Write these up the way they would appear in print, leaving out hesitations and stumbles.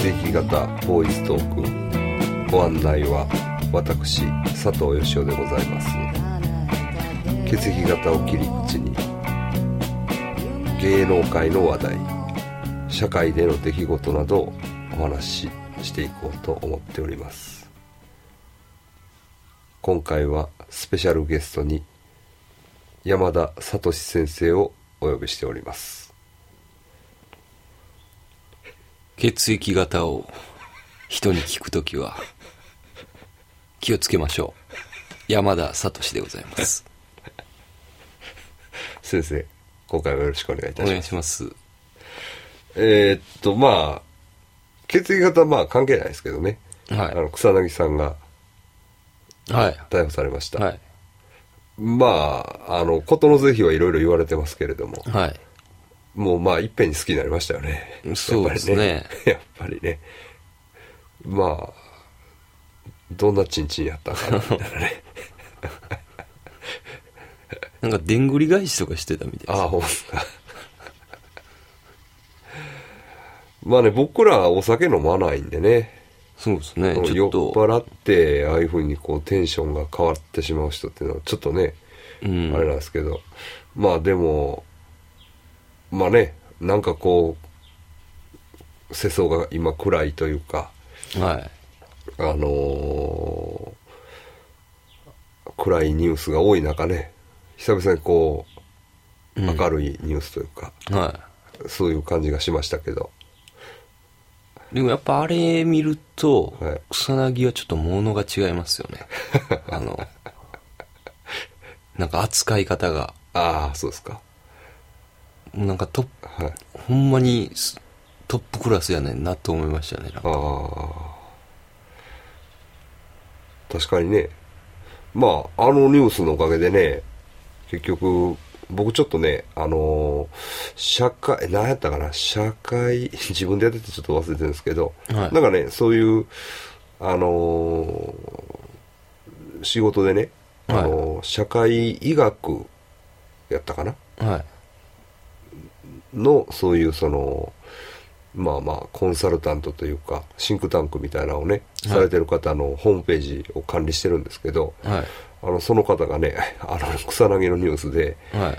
血液型ボーイズトーク、ご案内は私佐藤義雄でございます。血液型を切り口に芸能界の話題、社会での出来事などをお話ししていこうと思っております。今回はスペシャルゲストに山田聡先生をお呼びしております。 血液型を人に聞くときは気をつけましょう。山田聡でございます。 先生、今回はよろしくお願いいたします。 お願いします。 まあ血液型はまあ関係ないですけどね、 はい、 草薙さんがはい逮捕されました、 はい、 まあ事の是非はいろいろ言われてますけれども、 はい、 もうまあいっぺんに好きになりましたよね。 そうですね。 やっぱりね。まあどんなチンチンやったかなみたいなね。 なんかでんぐり返しとかしてたみたいです。 ああ、ほんですか。まあね、僕らお酒飲まないんでね。 そうですね。 酔っ払ってああいう風にこうテンションが変わってしまう人っていうのはちょっとね、あれなんですけど、まあでもまあね、なんかこう世相が今暗いというか、 はい、 暗いニュースが多い中ね、久々にこう明るいニュースというか、 はい、 そういう感じがしましたけど、 でもやっぱあれ見ると、 はい、 草薙はちょっと物が違いますよね。なんか扱い方が。 ああ、そうですか。 なんかはい、 ほんまにトップクラスやねんなと思いましたね。なんか確かにね。まあニュースのおかげでね、結局僕ちょっとね、社会何やったかな、社会自分でやっててちょっと忘れてるんですけど、 はい、 なんかね、そういう仕事でね、 はい、 社会医学やったかな、 はい、 のそういうまあまあコンサルタントというかシンクタンクみたいなのをね、されてる方のホームページを管理してるんですけど、 はい、 その方がね、草薙のニュースで、 はい、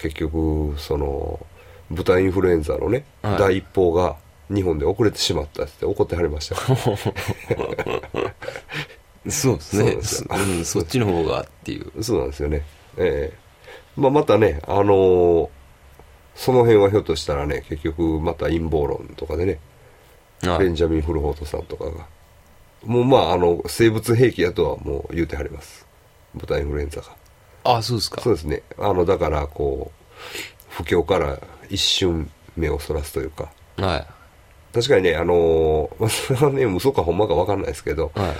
結局豚インフルエンザのね、はい、第一報が日本で遅れてしまったって怒ってはりましたそうですね。そっちの方がっていう。 そうなんですよね。まあ、またね、その辺はひょっとしたらね、結局また陰謀論とかでね、はい、ベンジャミン・フルフォートさんとかがもうまあ生物兵器やとはもう言うてはります、豚インフルエンザが。 あ、そうですか。 そうですね。だからこう不況から一瞬目をそらすというか、 はい、 確かにね、それはね、嘘かほんまか分かんないですけど、はい、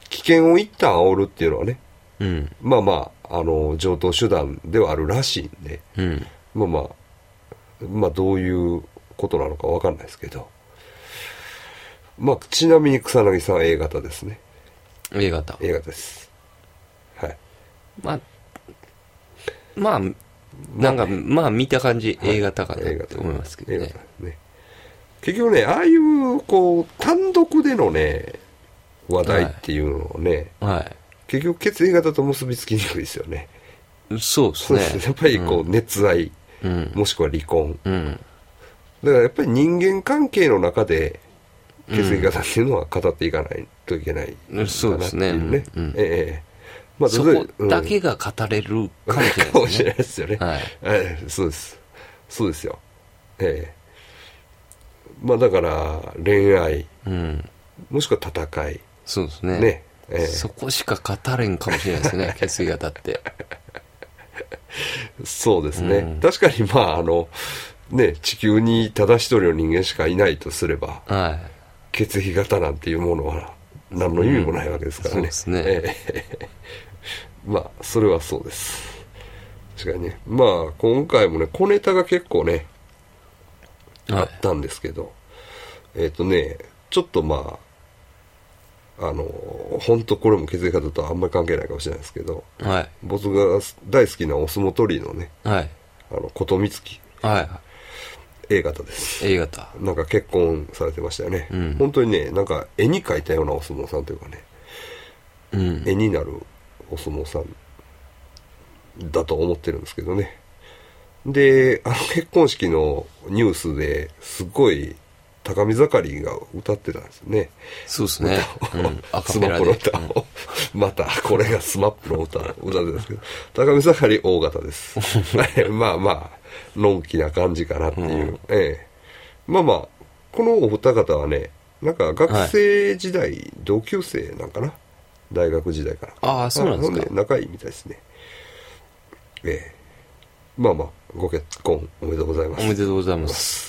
危険を一旦煽るっていうのはね、 うん、 まあまあ常套手段ではあるらしいんで、 うん、 まあどういうことなのか分かんないですけど、まあちなみに草薙さんは A 型ですね。 A 型。 A 型です。はい。 まあなんかまあ見た感じ A 型かなって思いますけどね。 A 型ね。結局ね、ああいうこう単独でのね話題っていうのをね、はい、結局血液型と結びつきにくいですよね。 そうですね。 やっぱりこう熱愛、うん、もしくは離婚、うん、だからやっぱり人間関係の中で血液型っていうのは語っていかないといけない、 うん、そうですね。うん、 まあ、 そこだけが語れるかもしれないですね。 はい、そうです。そうですよ。まあだから恋愛、うん、もしくは戦い、 そうですね。そこしか語れんかもしれないですね。血液型って。 そうですね。うん、確かにまあね、地球にただ一人の人間しかいないとすれば、はい、血液型なんていうものは何の意味もないわけですからね。そうですね。まあそれはそうです。確かにね。まあ今回もね小ネタが結構ね、はい、あったんですけど、ちょっとまあ本当これも血液型とはあんまり関係ないかもしれないですけど、はい、僕が大好きなお相撲取りのね、はい、琴光、はい、 A 型です。 A 型。 なんか結婚されてましたよね。本当にね、なんか絵に描いたようなお相撲さんというかね、絵になるお相撲さんだと思ってるんですけどね。で、結婚式のニュースですごい高見盛が歌ってたんですよね。 そうですね。 スマップの歌を。また、これがスマップの歌ってたんですけど、高見盛大型です。まあまあ、のんきな感じかなっていう。まあまあ、このお二方はね、なんか学生時代、同級生なんかな、大学時代から。 ああ、そうなんですか。 仲いいみたいですね。まあまあ、ご結婚おめでとうございます。 おめでとうございます。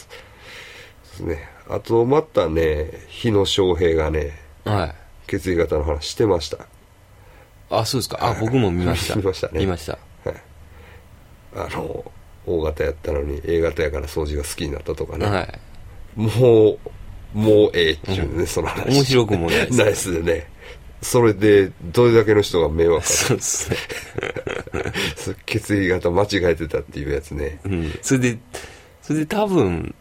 ですね。あとまたね、日野翔平がね、血液型の話してました。 あ、そうですか。あ、僕も見ました。 見ましたね。 見ました。 はい。O 型やったのに A 型やから掃除が好きになったとかね。 はい。 もうええっていうね、その話。 面白くもないです。 ナイスでね。それで、どれだけの人が迷惑かそうですね。 血液型間違えてたっていうやつね。 それで多分、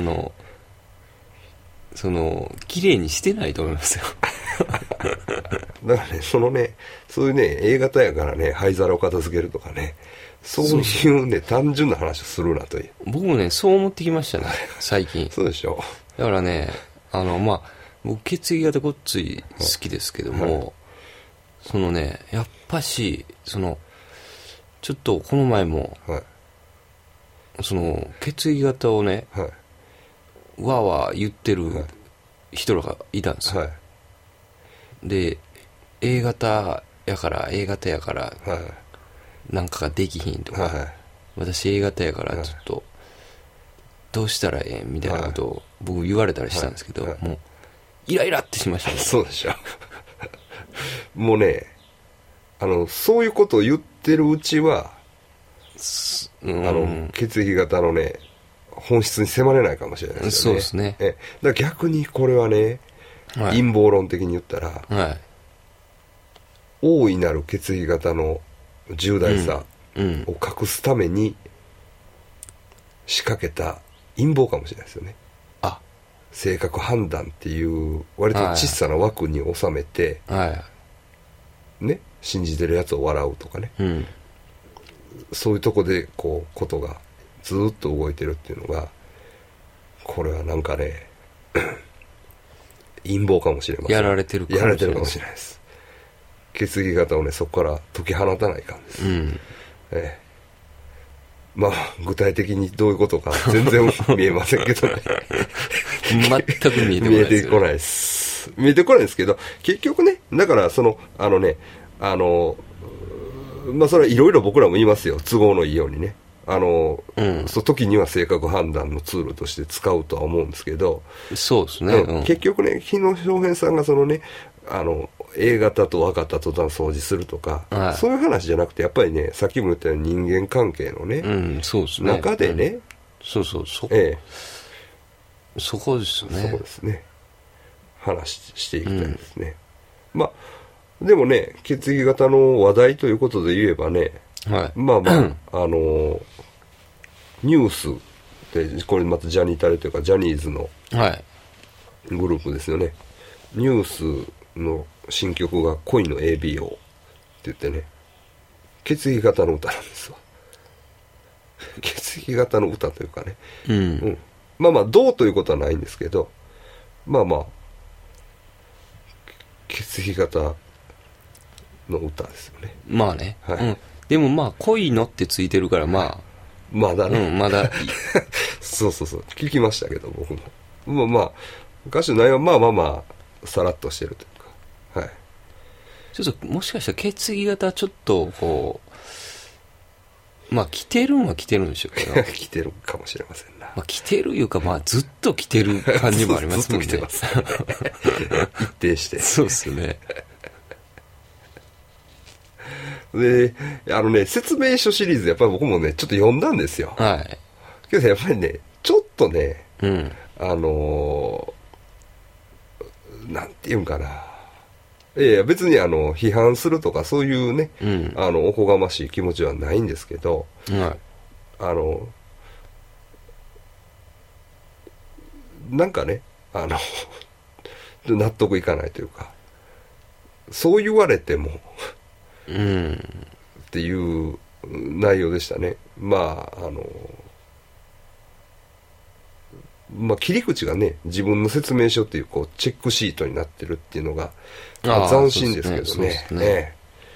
綺麗にしてないと思いますよ。 だからね、そういうね、A 型やからね、灰皿を片付けるとかね、そういうね、単純な話をするなという。 僕もね、そう思ってきましたね、最近。 そうでしょ。 だからね、僕血液型ごっつい好きですけども、やっぱし、ちょっとこの前も、血液型をね、わーわー言ってる人らがいたんですよ。で、A 型やから、なんかができひんとか、私 A 型やからちょっと、どうしたらええみたいなことを僕言われたりしたんですけど、もう、イライラってしましたね。 そうでしょ。もうね、そういうことを言ってるうちは、血液型のね、本質に迫れないかもしれないですよね。 そうですね。 だから逆にこれはね、陰謀論的に言ったら、大いなる血液型の重大さを隠すために仕掛けた陰謀かもしれないですよね。性格判断っていう割と小さな枠に収めて、ね、信じてるやつを笑うとかね、そういうとこでことがずっと動いてるっていうのが、これはなんかね陰謀かもしれません。 やられてるかもしれないです。血液型をね、そこから解き放たないかんです。まあ具体的にどういうことか全然見えませんけどね。 全く見えてこないです。 見えてこないですけど、結局ね、だからそれはいろいろ僕らも言いますよ、都合のいいようにね。時には性格判断のツールとして使うとは思うんですけど、 そうですね。 結局ね、日野翔平さんがA 型と分かった途端掃除するとか、そういう話じゃなくて、やっぱりね、さっきも言ったように人間関係のね、中でね、 そこですよね。 そこですね。話していきたいですね。まあ、でもね、血液型の話題ということで言えばね、まあまあ、ニュースで、これまたジャニタレというか、ジャニーズのグループですよね。ニュースの新曲が恋の ABO って言ってね、血液型の歌なんですわ。血液型の歌というかね、まあまあどうということはないんですけど、まあまあ血液型の歌ですよね。 まあね、でもまあ恋のってついてるから、まだね、 まだいい。 そう聞きましたけど、僕もまあ歌詞の内容はまあさらっとしてるというか、 ちょっともしかしたら血液型ちょっと来てるんは来てるんでしょうけど来てるかもしれませんな。 来てるいうか、ずっと来てる感じもありますもんね。 ずっと来てます。一定して。 そうっすね。 で、説明書シリーズやっぱり僕もね、ちょっと読んだんですよ。けどやっぱりね、ちょっとね、なんていうんかな。別に批判するとかそういうね、おこがましい気持ちはないんですけど、 なんかね納得いかないというか、そう言われてもっていう内容でしたね。まあ切り口がね、自分の説明書っていうこうチェックシートになってるっていうのが斬新ですけどね。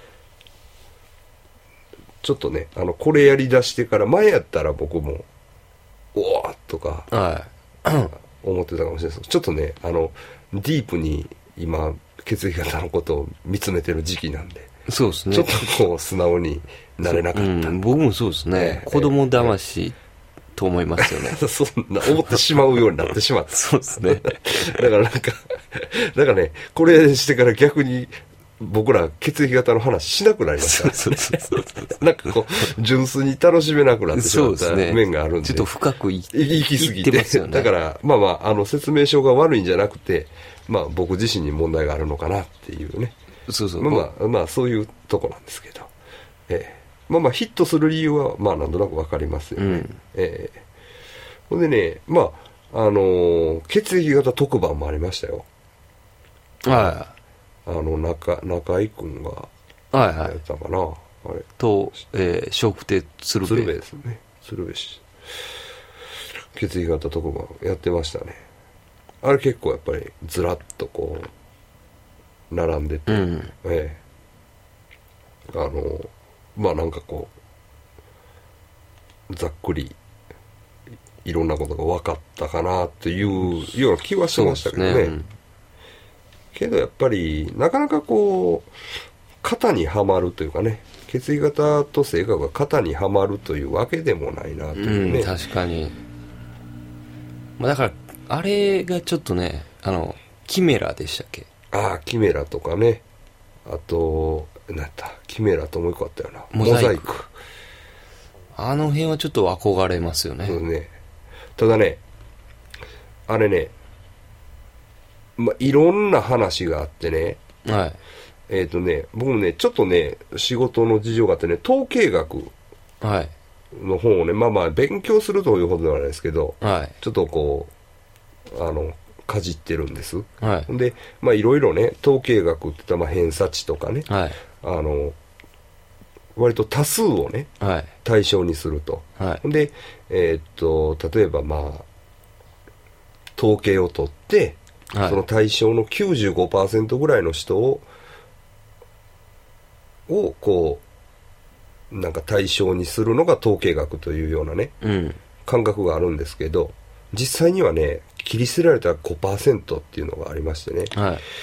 ちょっとね、これやりだしてから前やったら僕もおーとか思ってたかもしれないです。ちょっとね、ディープに今血液型のことを見つめてる時期なんで、 そうですね、 ちょっとこう素直になれなかった。 僕もそうですね、子供騙しと思いますよね。 そんな思ってしまうようになってしまった。 そうですね。 だからね、これしてから逆に僕ら血液型の話しなくなりました。なんかこう純粋に楽しめなくなってしまった面があるんで、 ちょっと深く行き過ぎてますよね。だからまあ説明書が悪いんじゃなくて、まあ僕自身に問題があるのかなっていうね。まあそういうとこなんですけど、まあヒットする理由はまあなんとなくわかりますよね。ほんでね、まあ血液型特番もありましたよ。 はい。 中井くんがやったかな、あれと、笑福亭鶴瓶ですね。鶴瓶氏血液型特番やってましたね。あれ結構やっぱりずらっとこう並んでて、まあなんかこうざっくりいろんなことが分かったかなっていうような気はしましたけどね。けどやっぱりなかなかこう型にはまるというかね、血液型と性格が型にはまるというわけでもないなというね。 確かに。だからあれがちょっとね、キメラでしたっけ？ キメラとかね、あとキメラともう一個あったよな、モザイク。 あの辺はちょっと憧れますよね。 そうね。ただね、あれね、まあ、いろんな話があってね、僕もね、ちょっとね、仕事の事情があってね、統計学の本をね、まあ勉強するというほどではないですけど、ちょっとこうかじってるんです。で、まあいろいろね、統計学って言ったらまあ偏差値とかね、割と多数をね、対象にすると。で、例えばまあ統計を取って、その対象の 95% ぐらいの人をこうなんか対象にするのが統計学というようなね、感覚があるんですけど、実際にはね、切り捨てられた 5% っていうのがありましてね、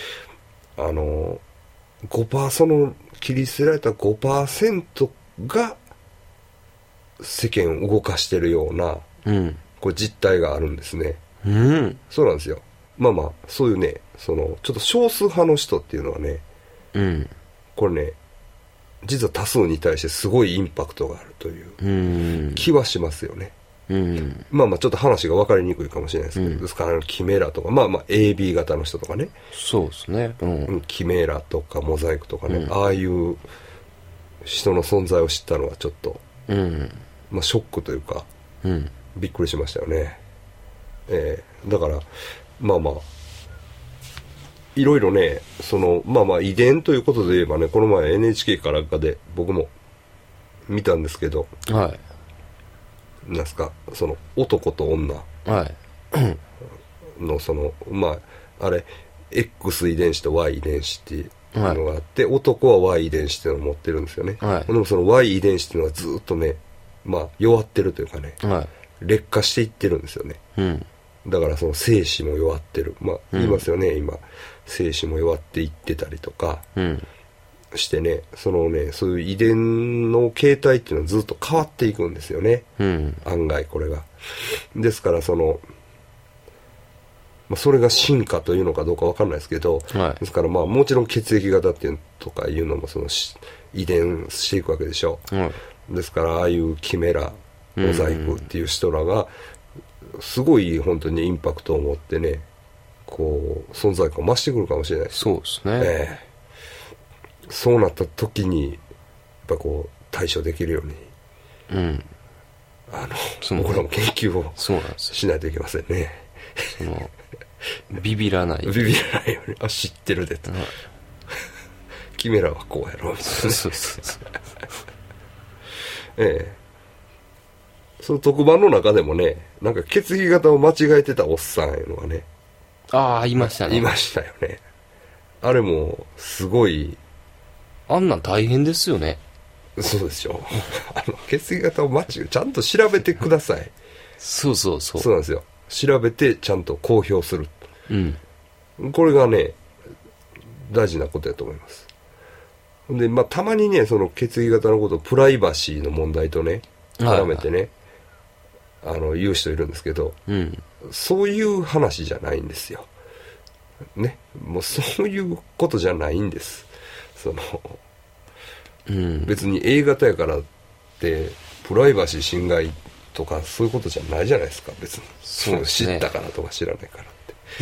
その切り捨てられた 5% が世間を動かしてるような、こう実態があるんですね。そうなんですよ。まあそういうね、ちょっと少数派の人っていうのはね、これね、実は多数に対してすごいインパクトがあるという気はしますよね。まあちょっと話が分かりにくいかもしれないですけど、ですからキメラとか、まあAB 型の人とかね、 そうですね、 キメラとかモザイクとかね、ああいう人の存在を知ったのはちょっと、まあショックというか、びっくりしましたよね。だからまあいろいろね、まあ遺伝ということで言えばね、この前 NHK かなんかで僕も見たんですけど、なんすか、男と女のまああれ X 遺伝子と Y 遺伝子っていうのがあって、男は Y 遺伝子っていうのを持ってるんですよね。でもその Y 遺伝子っていうのはずっとね、まあ弱ってるというかね、劣化していってるんですよね。だからその精子も弱ってる、まあ言いますよね、今精子も弱っていってたりとかしてね、そういう遺伝の形態っていうのはずっと変わっていくんですよね、案外これが。ですからまあ、それが進化というのかどうか分かんないですけど、ですからまあもちろん血液型っていうとかいうのも遺伝していくわけでしょ、ですからああいうキメラモザイクっていう人らがすごい本当にインパクトを持ってね、こう存在感を増してくるかもしれないです。 そうですね、 そうなった時にやっぱこう対処できるように、僕らも研究をしないといけませんね。 そのビビらないビビらないよね。あ、知ってるでと、君らはこうやろみたいな、 そうその特番の中でもね、なんか血液型を間違えてたおっさんいうのがね、 ああいましたね。 いましたよね。あれもすごい、 あんなん大変ですよね。 そうでしょ血液型をちゃんと調べてください。 そうそうなんですよ。調べてちゃんと公表する、これがね大事なことだと思います。で、まあ、たまにねその血液型のことをプライバシーの問題とね絡めてね、言う人いるんですけど、そういう話じゃないんですよね。もうそういうことじゃないんです。その、別に A 型やからってプライバシー侵害とかそういうことじゃないじゃないですか。別にそうですね、 知ったからとか知らないからって。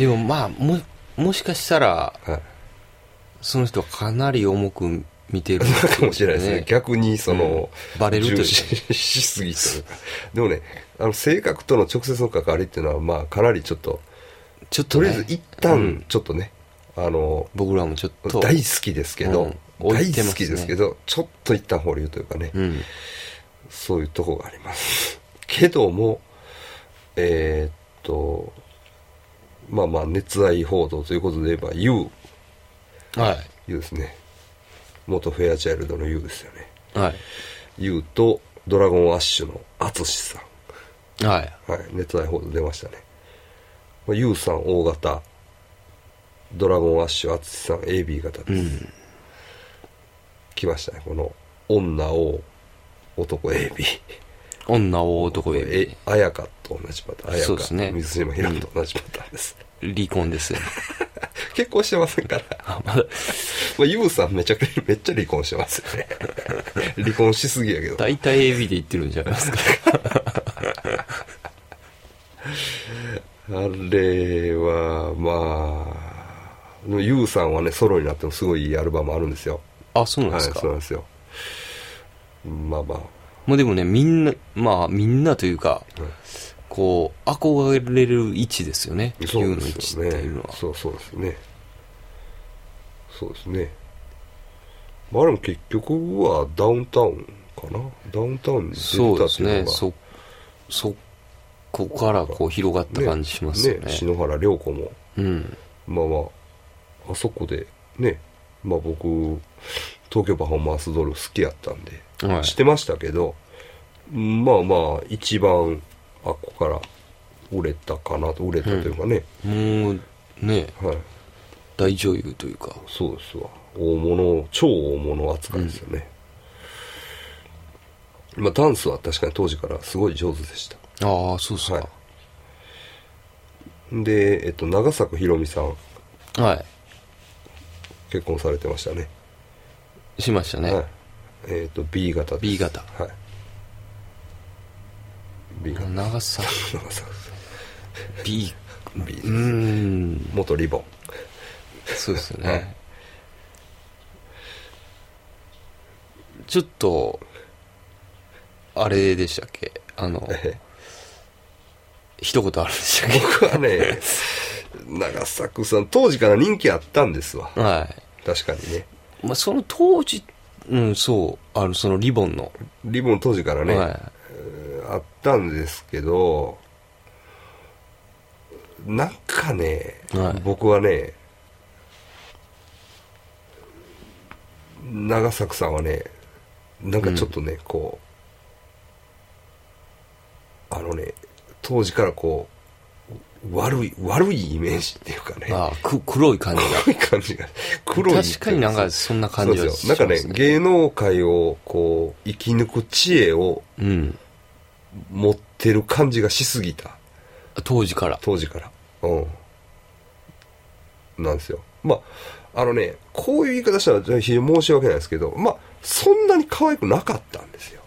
でもまあ もしかしたら、その人はかなり重く見てるかもしれないですね。逆にその、 バレるというか重視しすぎというか。でもね、性格との直接の関わりっていうのはまあかなりちょっと、とりあえず一旦ちょっとね、 僕らもちょっと大好きですけど、大好きですけど、ちょっと一旦保留というかね、そういうとこがありますけども、まあまあ熱愛報道ということで言えば YOU ですね。元フェアチャイルドの YOU ですよね。YOU とドラゴンアッシュの淳さん、熱愛報道出ましたね。YOU さん O 型、ドラゴンアッシュ淳さん AB 型です、来ましたね。この女 O 男 AB、 女 O 男 AB、 綾香と同じパターン。 そうですね、 水島ひろと同じパターンです、 離婚ですよね結婚してませんからまだYOU さんめっちゃ離婚してますよね離婚しすぎやけど大体 AB で言ってるんじゃないですかあれはまあYOU さんはねソロになってもすごいいいアルバムあるんですよ。 あ、そうなんですか。 そうなんですよ。まあまあもうでもね、みんなというか、こう憧れる位置ですよね。 そうの位置ですよね。 っていうのは。 そうですね。そうですね。まあでも結局はダウンタウンかな。ダウンタウンに出てたっていうのが。 そうですね。そこからこう広がった感じしますよね。 篠原涼子も、まあまああそこでね、まあ僕東京パフォーマンスドール好きやったんで、してましたけど、まあまあ一番あっこから売れたというかね、 もうね、大女優というか。 そうですわ。超大物扱いですよね。まあダンスは確かに当時からすごい上手でした。 ああ、そうですか。 で、長作ひろみさん、結婚されてましたね。 しましたね。 B 型です。 B 型。 B 型。 長作 B です。元リボン。 そうですよね。ちょっとあれでしたっけ、一言あるんでしたっけ。 僕はね長作さん当時から人気あったんですわ。確かにね。 まあその当時、そうそのリボン当時からね、あったんですけど、なんかね、僕はね長作さんはねなんかちょっとね、こう当時からこう悪いイメージっていうかね。 黒い感じが。 黒い。 確かになんかそんな感じはしますね。 なんかね、芸能界をこう生き抜く知恵を持ってる感じがしすぎた。当時から。なんですよ。まあこういう言い方したら非常に申し訳ないですけど、まあそんなに可愛くなかったんですよ。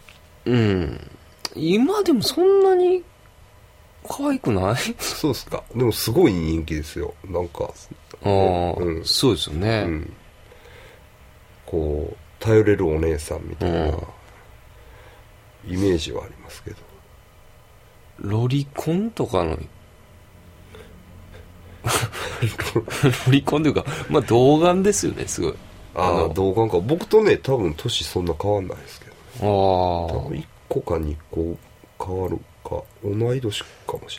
今でもそんなに可愛くない？ そうですか。でもすごい人気ですよ。なんか。 そうですよね。 こう頼れるお姉さんみたいなイメージはありますけど。 ロリコンとかのロリコンというか、まあ童顔ですよね、すごい。 ああ、童顔か。僕とね、多分年そんな変わんないですけどね。 ああ。 多分1個か2個変わるか、同い年かもし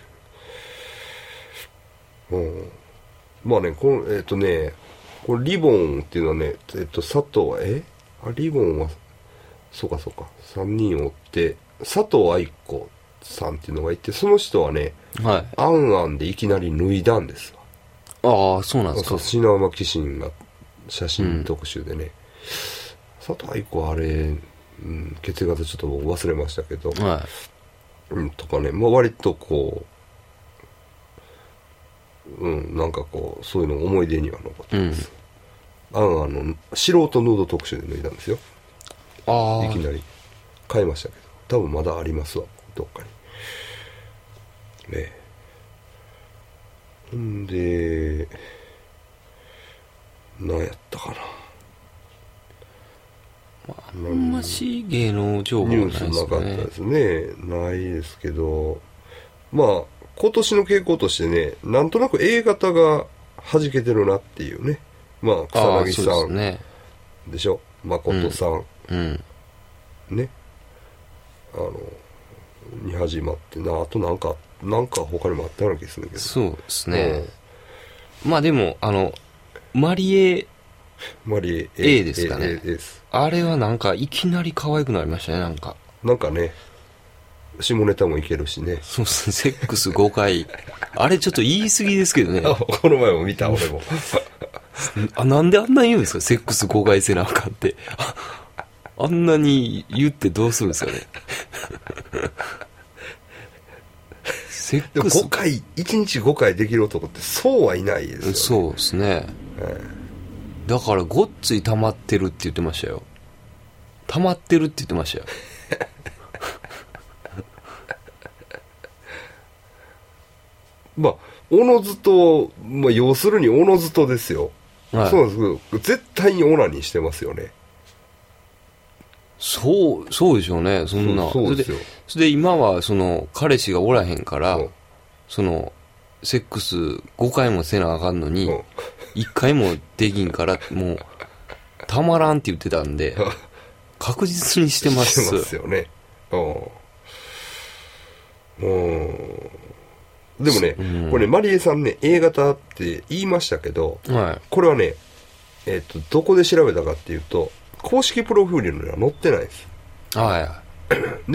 れない。うん。まあね、これリボンっていうのはね、佐藤、リボンは、そうか、3人おって、佐藤愛子さんっていうのがいて、その人はね、 はい。 アンアンでいきなり脱いだんですわ。ああ、そうなんですか。 篠山紀信が写真特集でね、佐藤愛子はあれ、血液型ちょっと忘れましたけど、 はい。 とかね、まあ割とこう、なんかこう、そういうの思い出には残ってます。素人ヌード特集で脱いだんですよ。 ああ。 いきなり買いましたけど、多分まだありますわ、どっかに。ねえ。んで、何やったかな。 あんまし芸能情報ニないですね。 ュースなかったですね。ないですけど、まあ、今年の傾向としてね、なんとなく A 型が弾けてるなっていうね。まあ、草薙さんでしょ。誠さん。ね。に始まってな、あとなんか他にもあったような気がするけど。 そうですね。まあでも、マリエ A ですかね。あれはなんかいきなり可愛くなりましたね、なんか。 なんかね、下ネタもいけるしね。 そうですね、セックス5回。あれちょっと言い過ぎですけどね。 この前も見た、俺も。 なんであんな言うんですか、セックス5回せなあかんって。あんなに言ってどうするんですかね。セックス 5回、1日5回できる男ってそうはいないですよね。 そうですね。だからごっつい溜まってるって言ってましたよ。溜まってるって言ってましたよ。 まあ、おのずと、まあ、要するにおのずとですよ。はい、そうなんですけど、絶対にオナニーしてますよね。 そうでしょうね、そんな。 そうですよ。 それで今は、彼氏がおらへんから、セックス5回もせなあかんのに、1回もできんから、もう、たまらんって言ってたんで、確実にしてます。 してますよね。でもね、これね、マリエさんね、A 型って言いましたけど、 はい、 これはね、どこで調べたかっていうと、公式プロフィールには載ってないです。 はい。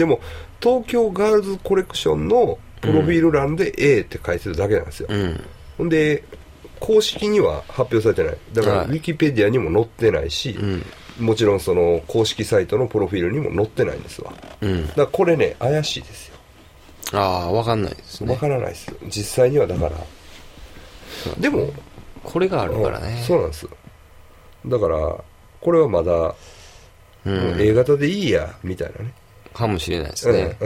でも、東京ガールズコレクションのプロフィール欄で A って書いてるだけなんですよ。ほんで、公式には発表されてない。だから、ウィキペディアにも載ってないし、もちろんその公式サイトのプロフィールにも載ってないんですわ。だからこれね、怪しいですよ。 ああ、わかんないですね。 わからないですよ。実際にはだから。でも、 これがあるからね。 そうなんです。だから、これはまだ、A 型でいいや、みたいなね。 かもしれないですね。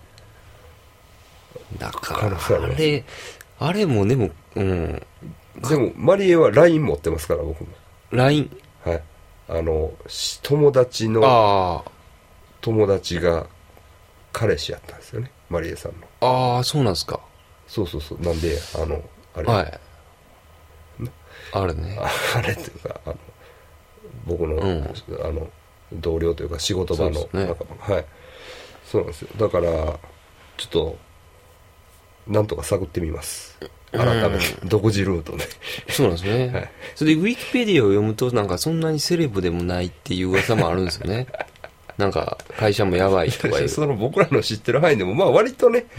だから、あれもでも、でも、マリエは LINE 持ってますから、僕も。 LINE？ はい。友達の、友達が彼氏やったんですよね、マリエさんの。 ああ、そうなんですか。 そう。なんで、あれ。 はい。あれね。 あれっていうか、僕の、同僚というか仕事場の仲間が、はい。そうなんですよ。だから、ちょっと、なんとか探ってみます。改めて、独自ルートで。 そうなんですね。はい。それで、ウィキペディアを読むと、なんかそんなにセレブでもないっていう噂もあるんですよね。なんか、会社もやばいとかいう。 僕らの知ってる範囲でも、まあ割とね、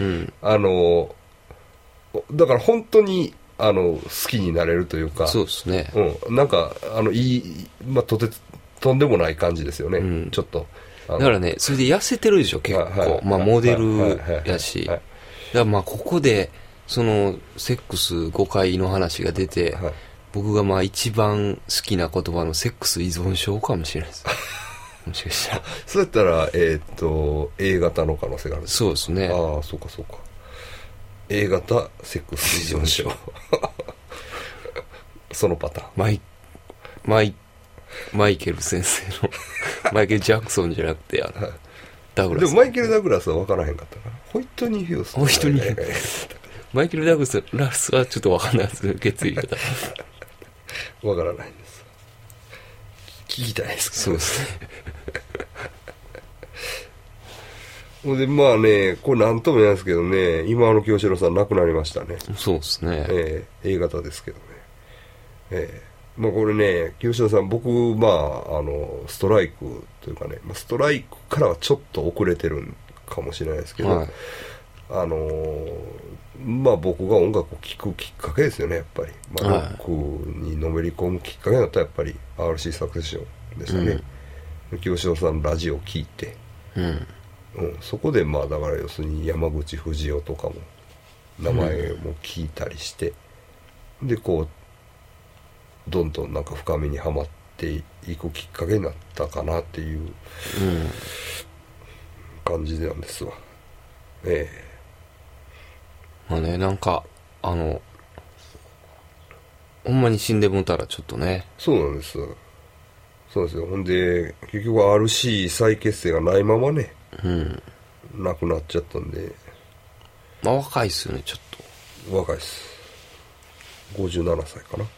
だから本当に、好きになれるというか。 そうですね。 なんか、まあ、とんでもない感じですよね。ちょっと。 だからね、それで痩せてるでしょ、結構。まあ、モデルやし。だからまあ、ここで、セックス5回の話が出て、僕がまあ一番好きな言葉のセックス依存症かもしれないです。もしかしたら。 そうやったら、A 型の可能性がある。 そうですね。 ああ、そうか。A 型セックス依存症。そのパターン。 マイケル先生の、マイケル・ジャクソンじゃなくて、ダグラス。 でもマイケル・ダグラスは分からへんかったから。ホイットニー・ヒューストン。 ホイットニー・ヒューストン。 マイケル・ダグラスはちょっとわかんないですね、血液型。 わからないんです。聞きたいですか？ そうですね。 で、まあね、これなんとも言えないですけどね、今清志郎さん亡くなりましたね。 そうですね。 A 型ですけどね。まあこれね、清志郎さん、僕、ストライクというかね、ストライクからはちょっと遅れてるかもしれないですけど、はい、僕が音楽を聴くきっかけですよね、やっぱり。ロックにのめり込むきっかけだったらやっぱり RC サクセションでしたね。清志郎さんのラジオを聴いて、そこでだから要するに山口不二雄とかも名前も聞いたりして、でこうどんどんなんか深みにはまっていくきっかけになったかなっていう感じなんですわ。 まあね、なんかほんまに死んでもたらちょっとね。 そうなんです。そうですよ。ほんで結局 RC 再結成がないままね、亡くなっちゃったんで。 まあ若いっすよね、ちょっと。若いっす。57歳かな。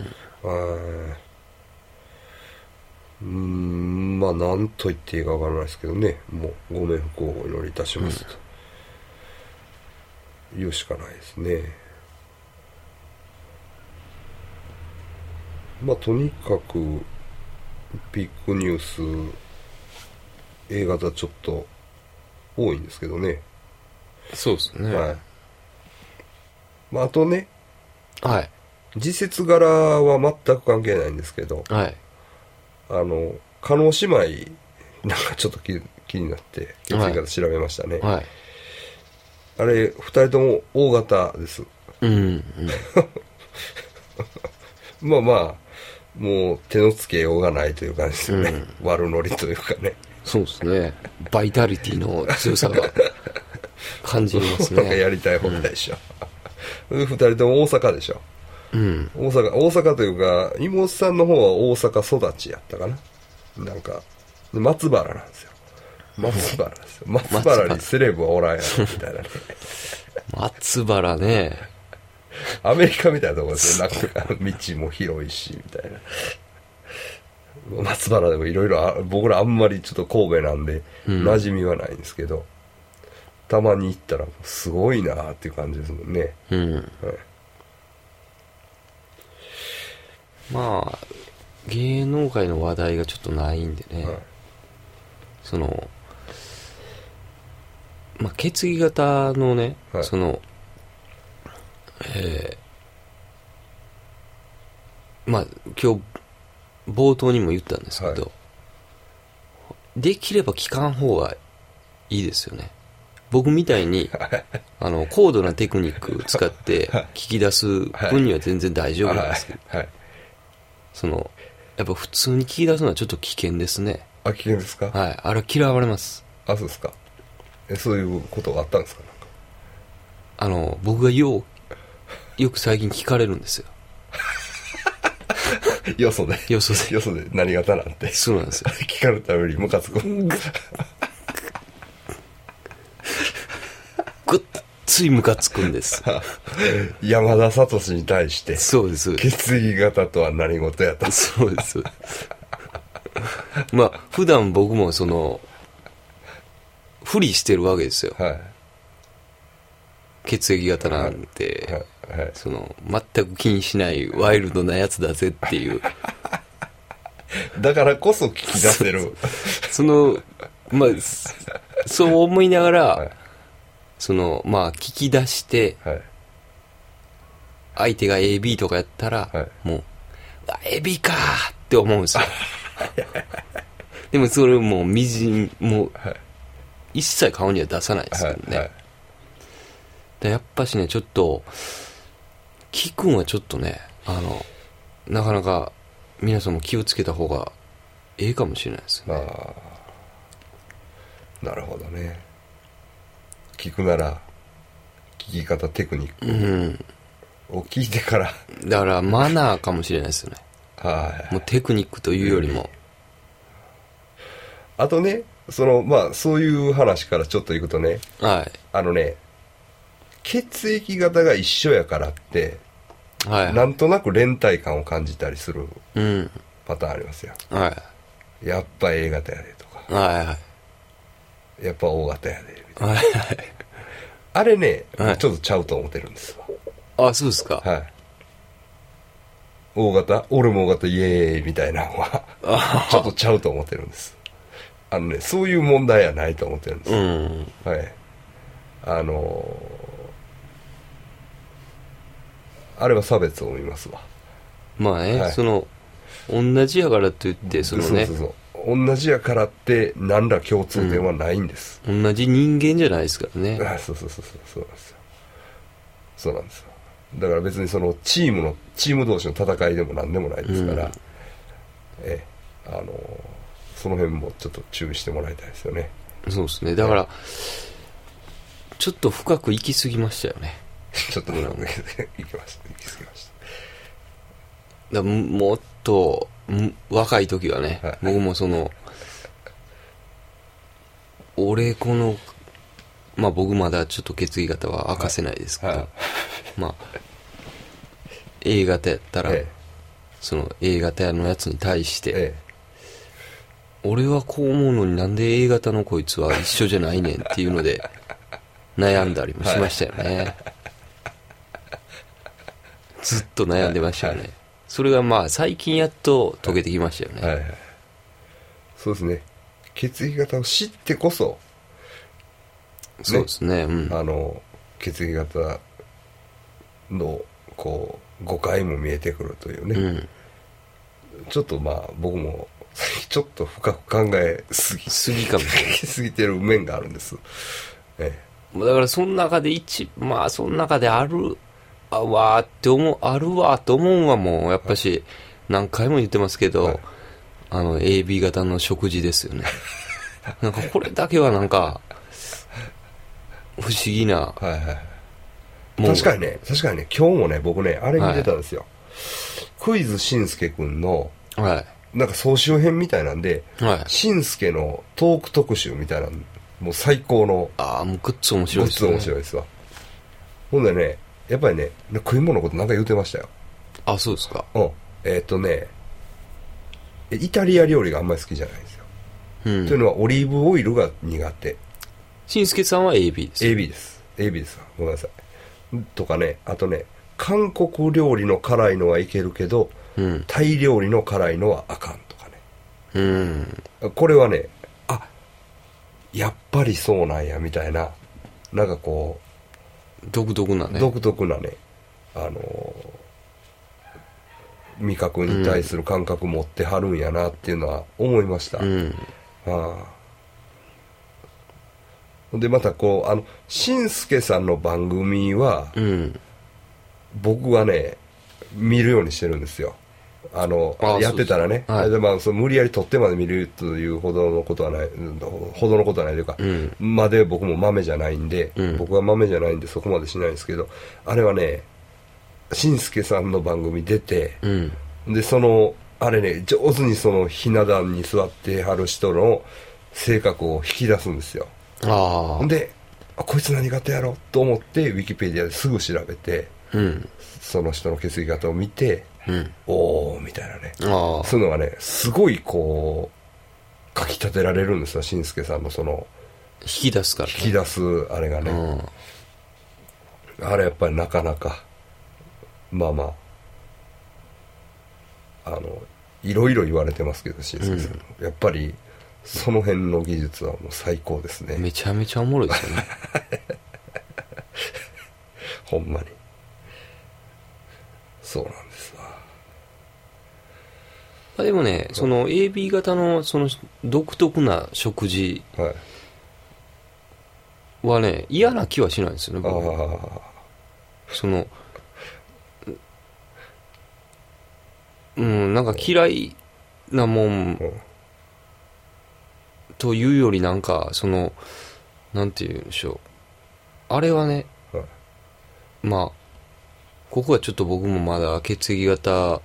なんと言っていいかわからないですけどね、もうご冥福をお祈りいたしますと、言うしかないですね。とにかくビッグニュース A 型ちょっと多いんですけどね。 そうですね。 はい。あとね、 はい。 時節柄は全く関係ないんですけど、 はい。 叶姉妹なんかちょっと気になって血液型調べましたね。 はい。 あれ2人とも O 型です。もう手のつけようがないという感じですよね。悪ノリというかね。 そうですね。バイタリティの強さが感じますね。 やりたい放題でしょ。2人とも大阪でしょ。大阪というか妹さんの方は大阪育ちやったかな。なんか松原なんですよ。松原ですよ。松原にセレブはおらんやろみたいなね。 松原ね。 アメリカみたいなところですよ。なんか道も広いしみたいな。松原でもいろいろ僕らあんまりちょっと神戸なんで馴染みはないんですけど、たまに行ったらすごいなーっていう感じですもんね。 芸能界の話題がちょっとないんでね、血液型のね、今日冒頭にも言ったんですけど、できれば聞かん方がいいですよね。僕みたいに高度なテクニックを使って聞き出す分には全然大丈夫なんですけど、やっぱ普通に聞き出すのはちょっと危険ですね。 危険ですか？ はい。あれは嫌われます。 そうですか。そういうことがあったんですか？ 僕がよく最近聞かれるんですよ。 よそで何型なんて。 そうなんですよ。 聞かれたよりムカつく。ぐっついムカつくんです。 山田聡に対して。 そうです。 血液型とは何事やと。 そうです。普段僕も不利してるわけですよ。血液型なんて、全く気にしないワイルドなやつだぜっていう。 だからこそ聞き出せる。 そう思いながら、聞き出して、相手が AB とかやったら、もう、AB かーって思うんですよ。でもそれもう一切顔には出さないですけどね。やっぱしね、ちょっと聞くんはちょっとね、なかなか皆さんも気をつけた方がええかもしれないですね。 なるほどね。聞くなら聞き方テクニックを聞いてから、 だからマナーかもしれないですよね。もうテクニックというよりも、 あとね、そういう話からちょっといくとね、 血液型が一緒やからって、はい、なんとなく連帯感を感じたりするパターンありますよ。はい、やっぱ A 型やでとか、はいはい、やっぱ O 型やでみたいな、はいはい、あれね、はい、ちょっとちゃうと思ってるんですわ。あ、そうですか。 はい。O 型、俺も O 型イエーイみたいなのはちょっとちゃうと思ってるんです。そういう問題はないと思ってるんです。うん、はい。あれは差別を見ますわ。 まあね、はい、同じやからといって、 そう同じやからって何ら共通点はないんです。 同じ人間じゃないですからね。 そうなんですよ。そうなんですよ。だから別にチーム同士の戦いでも何でもないですから、その辺もちょっと注意してもらいたいですよね。 そうですね。だから、ちょっと深く行き過ぎましたよね。 ちょっと深く行き過ぎました。 もっと若い時はね、はい、僕もまあ僕まだちょっと血液型は明かせないですけど、はいはい、まあ A 型やったら、A 型のやつに対して、俺はこう思うのになんで A 型のこいつは一緒じゃないねんっていうので悩んだりもしましたよね、はい、ずっと悩んでましたよね、はい、それがまあ最近やっと解けてきましたよね、はいはいはい、 そうですね。血液型を知ってこそ、 ね、そうですね、うん、 血液型のこう誤解も見えてくるというね、うん、ちょっとまあ僕もちょっと深く考えすぎかもしれないすぎてる面があるんです、 だからその中でその中であるわと思うんはもうやっぱし何回も言ってますけど、はい、AB 型の食事ですよねなんかこれだけはなんか不思議な、はいはい、 確かにね今日もね僕ねあれ見てたんですよ、はい、クイズしんすけくんの、はい、なんか総集編みたいなんで、はい、しんすけのトーク特集みたいな、もう最高の、 もうグッズ面白いですね。 グッズ面白いですわ。ほんでね、やっぱりね、食い物のことなんか言うてましたよ。 あ、そうですか。 うん。イタリア料理があんまり好きじゃないんですよ。うん、というのはオリーブオイルが苦手。 しんすけさんは AB です。 AB です。AB ですわ。ごめんなさい。とかね、あとね、韓国料理の辛いのはいけるけど、うん、タイ料理の辛いのはあかんとかね、うん、これはね、やっぱりそうなんやみたいな、なんかこう独特なね味覚に対する感覚持ってはるんやなっていうのは思いました、うん、でまたこうしんすけさんの番組は、うん、僕はね見るようにしてるんですよ。やってたらね、はい、で無理やり撮ってまで見るというほどのことはないというか、うん、まで僕も豆じゃないんで、うん、僕は豆じゃないんでそこまでしないんですけど、あれはねしんすけさんの番組出て、うん、であれね上手にひな壇に座ってはる人の性格を引き出すんですよ。でこいつ何型やろと思ってウィキペディアですぐ調べて、うん、その人の血液型を見て、うん、おーみたいなね、そういうのがねすごいこうかき立てられるんですよ、しんすけさんの引き出すから、ね、 引き出すあれがね、あれやっぱりなかなかまあいろいろ言われてますけど、しんすけさん、やっぱりその辺の技術はもう最高ですね。 めちゃめちゃおもろいですよねほんまにそうなんですわ。 でもね、その AB 型のその独特な食事はね、嫌な気はしないんですよね、僕は。なんか嫌いなもんというより、なんかなんて言うんでしょう、あれはね、まあここはちょっと僕もまだ血液型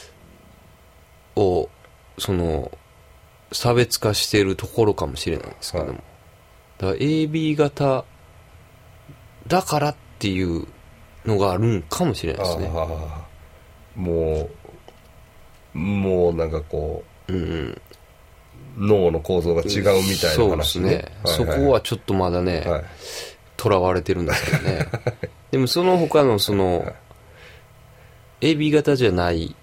を差別化しているところかもしれないですけども、だから AB 型だからっっていうのがあるんかもしれないですね。 もうなんかこう、脳の構造が違うみたいな話ね。 そうですね。そこはちょっとまだね、囚われてるんですけどね。でもその他のその、AB 型じゃない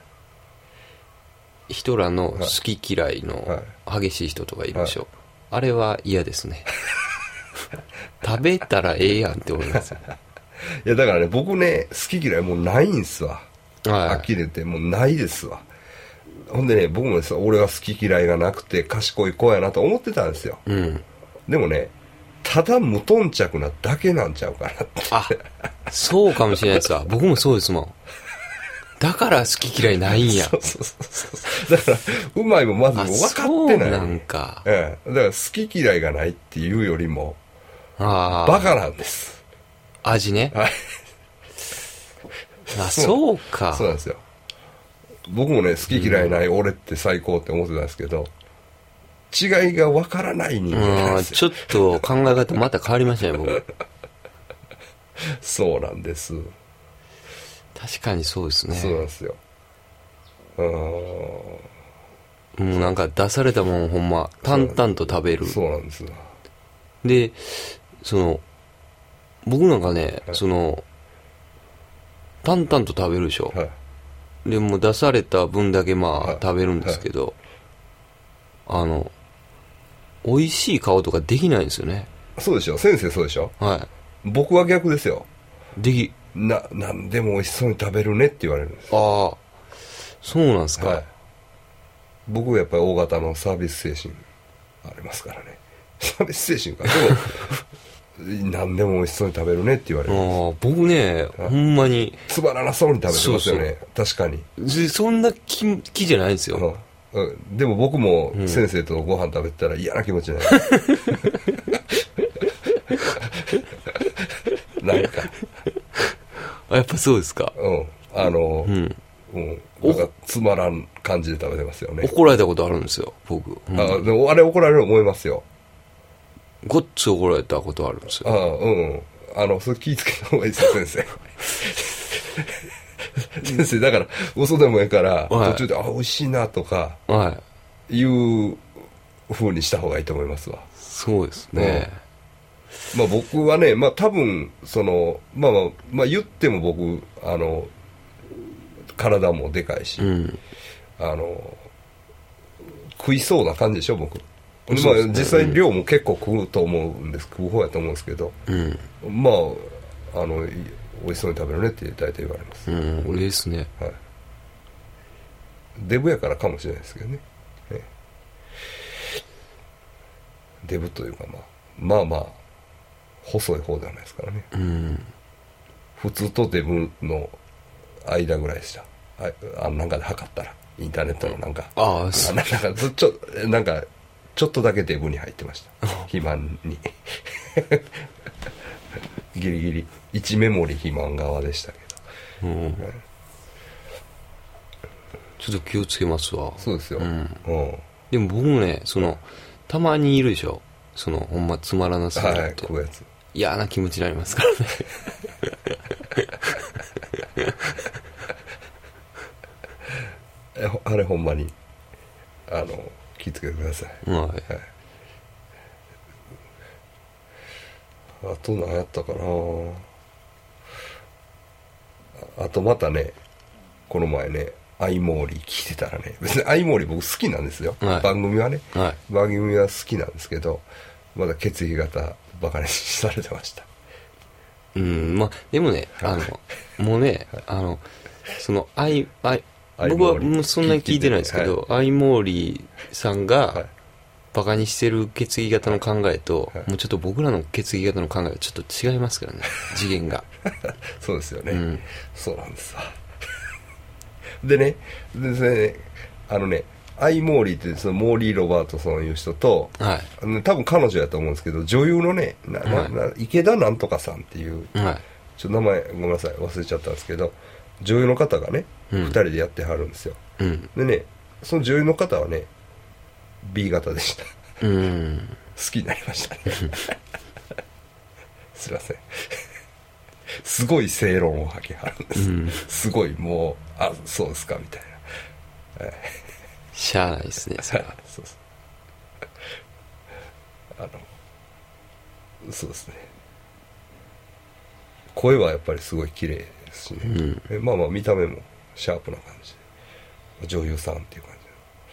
人らの好き嫌いの激しい人とかいるでしょ。あれは嫌ですね。食べたらええやんって思いますよ。 いやだからね、僕ね、好き嫌いもうないんすわ。はっきり言ってもうないですわ。ほんでね、僕もです俺は好き嫌いがなくて賢い子やなと思ってたんですよ。でもね、ただ無頓着なだけなんちゃうかなって。 あ、そうかもしれないですわ。僕もそうですもん。だから好き嫌いないんや。 そうだからうまいもまず分かってない。 なんか。 だから好き嫌いがないっていうよりもバカなんです。 味ね。 はい。 そうか。 そうなんですよ。僕もね、好き嫌いない俺って最高って思ってたんですけど、違いが分からない人間なんですよ。ちょっと考え方また変わりましたね、僕。 そうなんです。 確かにそうですね。 そうなんですよ。 もうなんか出されたもんほんま淡々と食べる。 そうなんですよ。 で、僕なんかね、淡々と食べるでしょ。でも出された分だけ食べるんですけど、美味しい顔とかできないんですよね。 そうでしょ。先生そうでしょ。 はい。 僕は逆ですよ。 なんでも美味しそうに食べるねって言われるんです。 ああ、そうなんですか。はい。 僕はやっぱり大型のサービス精神ありますからね。サービス精神か。でも何でも美味しそうに食べるねって言われるんです。 僕ね、ほんまにつまらなそうに食べてますよね。確かに。 そんな気じゃないんですよ。 でも僕も先生とご飯食べてたら嫌な気持ちになる。なんかやっぱそうですか。 なんかつまらん感じで食べてますよね。 怒られたことあるんですよ、僕。 でもあれ怒られると思いますよ。 ごっつ怒られたことあるんですよ。 それ気ぃつけた方がいいですよ、先生。先生、だから、嘘でもいいから、途中で、美味しいなとか、いう風にした方がいいと思いますわ。 そうですね。 僕はね、多分、言っても僕、体もでかいし、食いそうな感じでしょ、僕。実際量も結構食うと思うんです、食う方やと思うんですけど、美味しそうに食べるねって大体言われます。 俺ですね。 はい。デブやからかもしれないですけどね。デブというか細い方ではないですからね。普通とデブの間ぐらいでした。なんかで測ったら、インターネットのなんか。なんかちょっとだけデブに入ってました。肥満に。ギリギリ1メモリ肥満側でしたけど、 ちょっと気をつけますわ。 そうですよ。 でも僕もね、たまにいるでしょ、ほんまつまらなすぎると、嫌な気持ちになりますからね。あれほんまに気をつけてください。はい。あと何やったかな。あとまたね、この前ね、アイモーリー聞いてたらね、別にアイモーリー僕好きなんですよ。番組はね、番組は好きなんですけど、まだ血液型バカにされてました。 でもね、もうね、僕はもうそんなに聞いてないですけど、アイモーリーさんが、バカにしてる血液型の考えと、もうちょっと僕らの血液型の考えがちょっと違いますからね、次元が。 そうですよね。そうなんですわ。でね、アイモーリーってモーリー・ロバートソンいう人と、多分彼女やと思うんですけど、女優のね、池田なんとかさんっていう、ちょっと名前ごめんなさい忘れちゃったんですけど、女優の方がね、2人でやってはるんですよ。でね、その女優の方はね、B 型でした。好きになりましたね。すいません。 すごい正論を吐きはるんです、うん、すごいもうそうですかみたいな、 しゃあないですねそれはそうですそうですね。声はやっぱりすごい綺麗ですしね、うん、まあまあ見た目もシャープな感じで女優さんっていう感じ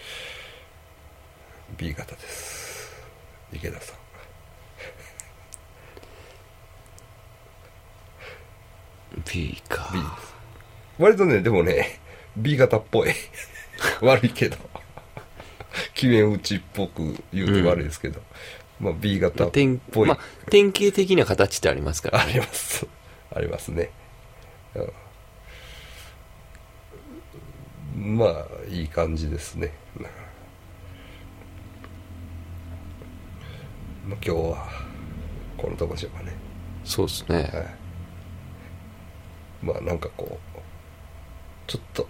で B 型です。池田さん B か B です。割とねでもね B 型っぽい悪いけど決め打ちっぽく言うと悪いですけど、まあ、B 型っぽい、まあ、 典型的な形ってありますから、 ね、ありますね、うん、まあいい感じですね。まあ、今日はこのとこでしょうかね。 そうですね、 はい、まあなんかこうちょっと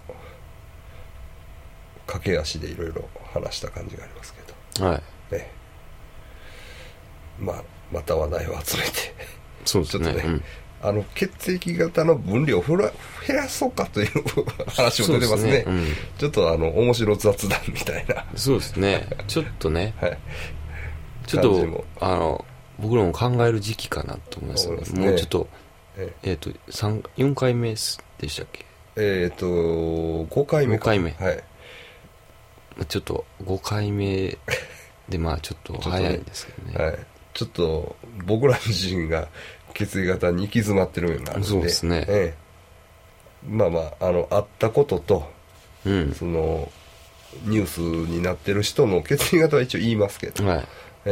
駆け足でいろいろ話した感じがありますけど、 はいね、まあまた話題を集めてそうですね、 ちょっとね、うん、血液型の分量を減らそうかという話も出てますね。 うん、 ちょっと面白雑談みたいな。 そうですね。ちょっとね、はい、ちょっと僕らも考える時期かなと思いますね。もうちょっと4回目でしたっけ ？5回目か。 5回目。 はい。 ちょっと5回目でまあちょっと早いんですけどね。 はい。ちょっと僕ら自身が血液型に行き詰まってるようになるんで。 そうですね。 まあまああったことと、 うん、 そのニュースになってる人の血液型は一応言いますけど、 はい。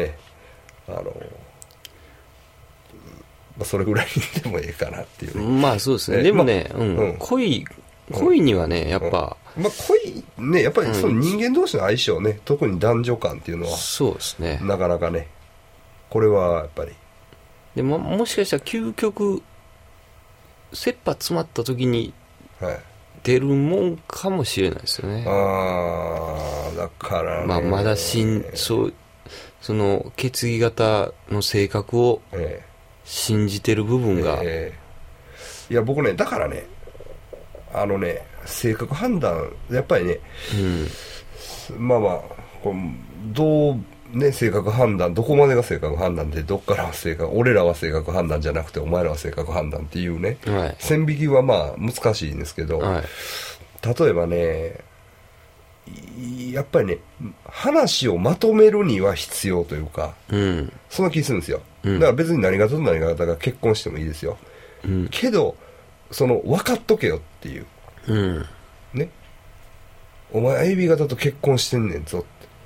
それぐらいでもええかなっていう、ね、 まあそうですね、でもね、恋にはねやっぱ、 まあ恋ねやっぱりその人間同士の相性ね、特に男女間っていうのはそうですね、 なかなかねこれはやっぱりでもしかしたら究極切羽詰まった時に出るもんかもしれないですよね。 だからね、 まだその血液型の性格を信じてる部分が、 いや僕ねだからね性格判断やっぱりね、まあまあどうね性格判断どこまでが性格判断でどっからは俺らは性格判断じゃなくてお前らは性格判断っていうね、 はい、 線引きはまあ難しいんですけど、 はい、 例えばねやっぱりね話をまとめるには必要というか、そんな気するんですよ。だから別に何型と何型が結婚してもいいですよ、けど分かっとけよっていう、ね、お前 AB 型と結婚してんねんぞって、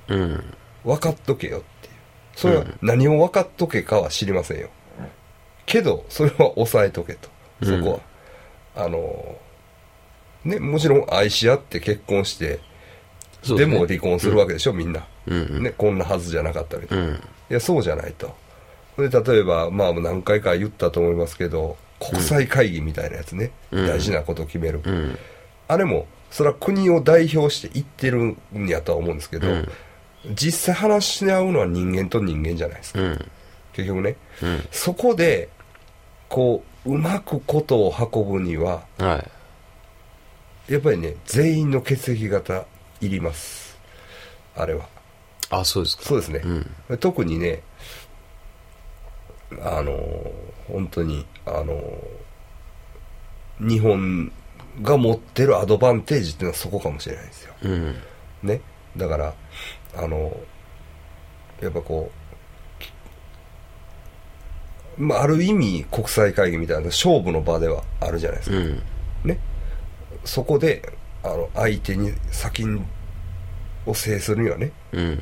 分かっとけよっていう、それは何を分かっとけかは知りませんよ、けどそれは抑えとけと、そこはね、もちろん愛し合って結婚して、でも離婚するわけでしょ、みんな、ね、こんなはずじゃなかったけど、いやそうじゃないと。で例えばまあ何回か言ったと思いますけど国際会議みたいなやつね、大事なことを決める、あれもそれは国を代表して言ってるんやとは思うんですけど、実際話し合うのは人間と人間じゃないですか、結局ね、そこでこううまくことを運ぶには、やっぱりね全員の血液型いります、あれは。 そうですか。 そうですね、特にね本当に日本が持ってるアドバンテージっていうのはそこかもしれないですよ、ね、だからやっぱこう、まあ、ある意味国際会議みたいな勝負の場ではあるじゃないですか、ね、そこで相手に先を制するにはね、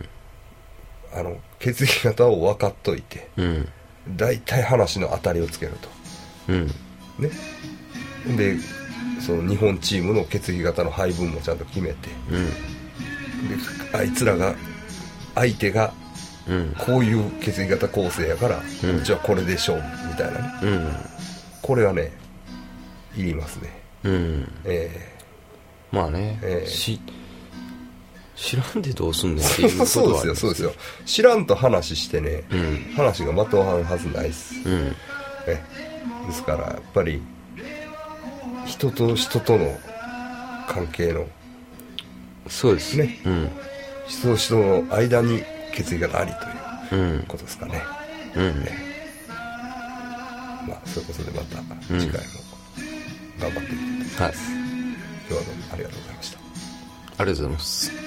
血液型を分かっといて、大体話の当たりをつけると、ね、でその日本チームの血液型の配分もちゃんと決めて、であいつらが相手がこういう血液型構成やから、うちはこれで勝負みたいなね、これはねいりますね、 まあね、知らんでどうすんねんっていうことはあります。 そうですよ知らんと話してね、話がまとわるはずないです、 ですからやっぱり人と人との関係のそうですね、人と人の間に血液型ありということですかね。まあそういうことでまた次回も頑張っていきたいと思います。今日はどうもありがとうございました。 ありがとうございます。